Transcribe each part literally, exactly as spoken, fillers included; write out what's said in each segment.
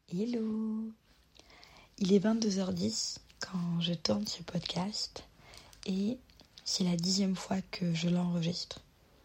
Hello! Il est vingt-deux heures dix quand je tourne ce podcast et c'est la dixième fois que je l'enregistre.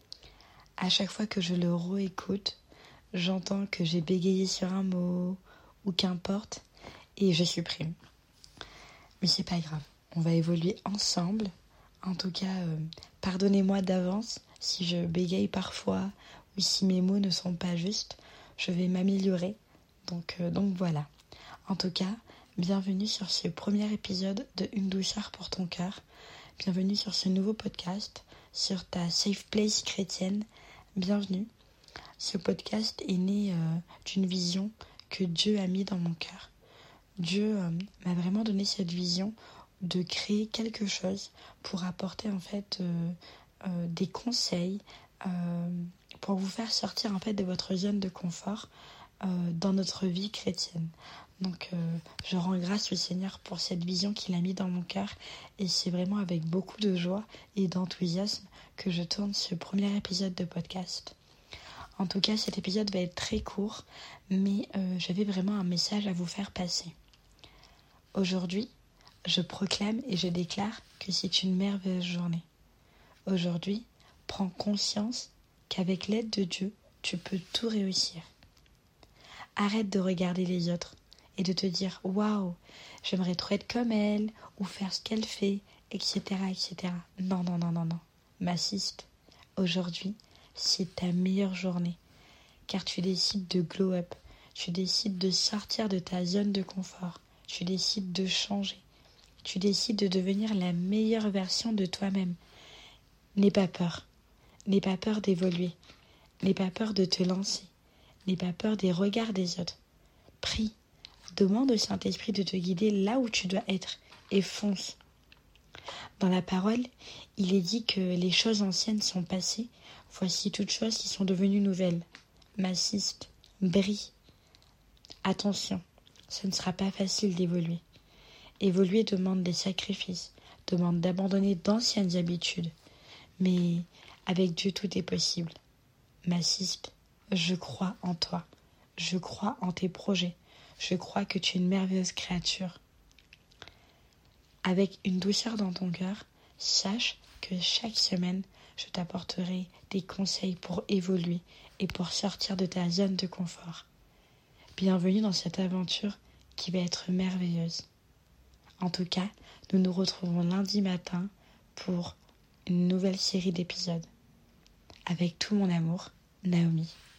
À chaque fois que je le réécoute, j'entends que j'ai bégayé sur un mot ou qu'importe et je supprime. Mais c'est pas grave, on va évoluer ensemble. En tout cas, euh, pardonnez-moi d'avance si je bégaye parfois ou si mes mots ne sont pas justes. Je vais m'améliorer. Donc, euh, donc voilà. En tout cas, bienvenue sur ce premier épisode de Une douceur pour ton cœur. Bienvenue sur ce nouveau podcast, sur ta safe place chrétienne. Bienvenue. Ce podcast est né euh, d'une vision que Dieu a mis dans mon cœur. Dieu euh, m'a vraiment donné cette vision de créer quelque chose pour apporter en fait euh, euh, des conseils, euh, pour vous faire sortir en fait de votre zone de confort euh, dans notre vie chrétienne. Donc euh, je rends grâce au Seigneur pour cette vision qu'il a mis dans mon cœur et c'est vraiment avec beaucoup de joie et d'enthousiasme que je tourne ce premier épisode de podcast. En tout cas, cet épisode va être très court, mais euh, j'avais vraiment un message à vous faire passer. Aujourd'hui, je proclame et je déclare que c'est une merveilleuse journée. Aujourd'hui, prends conscience qu'avec l'aide de Dieu, tu peux tout réussir. Arrête de regarder les autres et de te dire « Waouh, j'aimerais trop être comme elle ou faire ce qu'elle fait, et cetera et cetera » Non, non, non, non, non. M'assiste. Aujourd'hui, c'est ta meilleure journée car tu décides de glow up. Tu décides de sortir de ta zone de confort. Tu décides de changer. Tu décides de devenir la meilleure version de toi-même. N'aie pas peur. N'aie pas peur d'évoluer. N'aie pas peur de te lancer. N'aie pas peur des regards des autres. Prie. Demande au Saint-Esprit de te guider là où tu dois être et fonce. Dans la parole, il est dit que les choses anciennes sont passées. Voici toutes choses qui sont devenues nouvelles. M'assiste. Brille. Attention, ce ne sera pas facile d'évoluer. Évoluer demande des sacrifices, demande d'abandonner d'anciennes habitudes. Mais avec Dieu, tout est possible. M'assiste. Je crois en toi. Je crois en tes projets. Je crois que tu es une merveilleuse créature. Avec une douceur dans ton cœur, sache que chaque semaine, je t'apporterai des conseils pour évoluer et pour sortir de ta zone de confort. Bienvenue dans cette aventure qui va être merveilleuse. En tout cas, nous nous retrouvons lundi matin pour une nouvelle série d'épisodes. Avec tout mon amour, Naomi.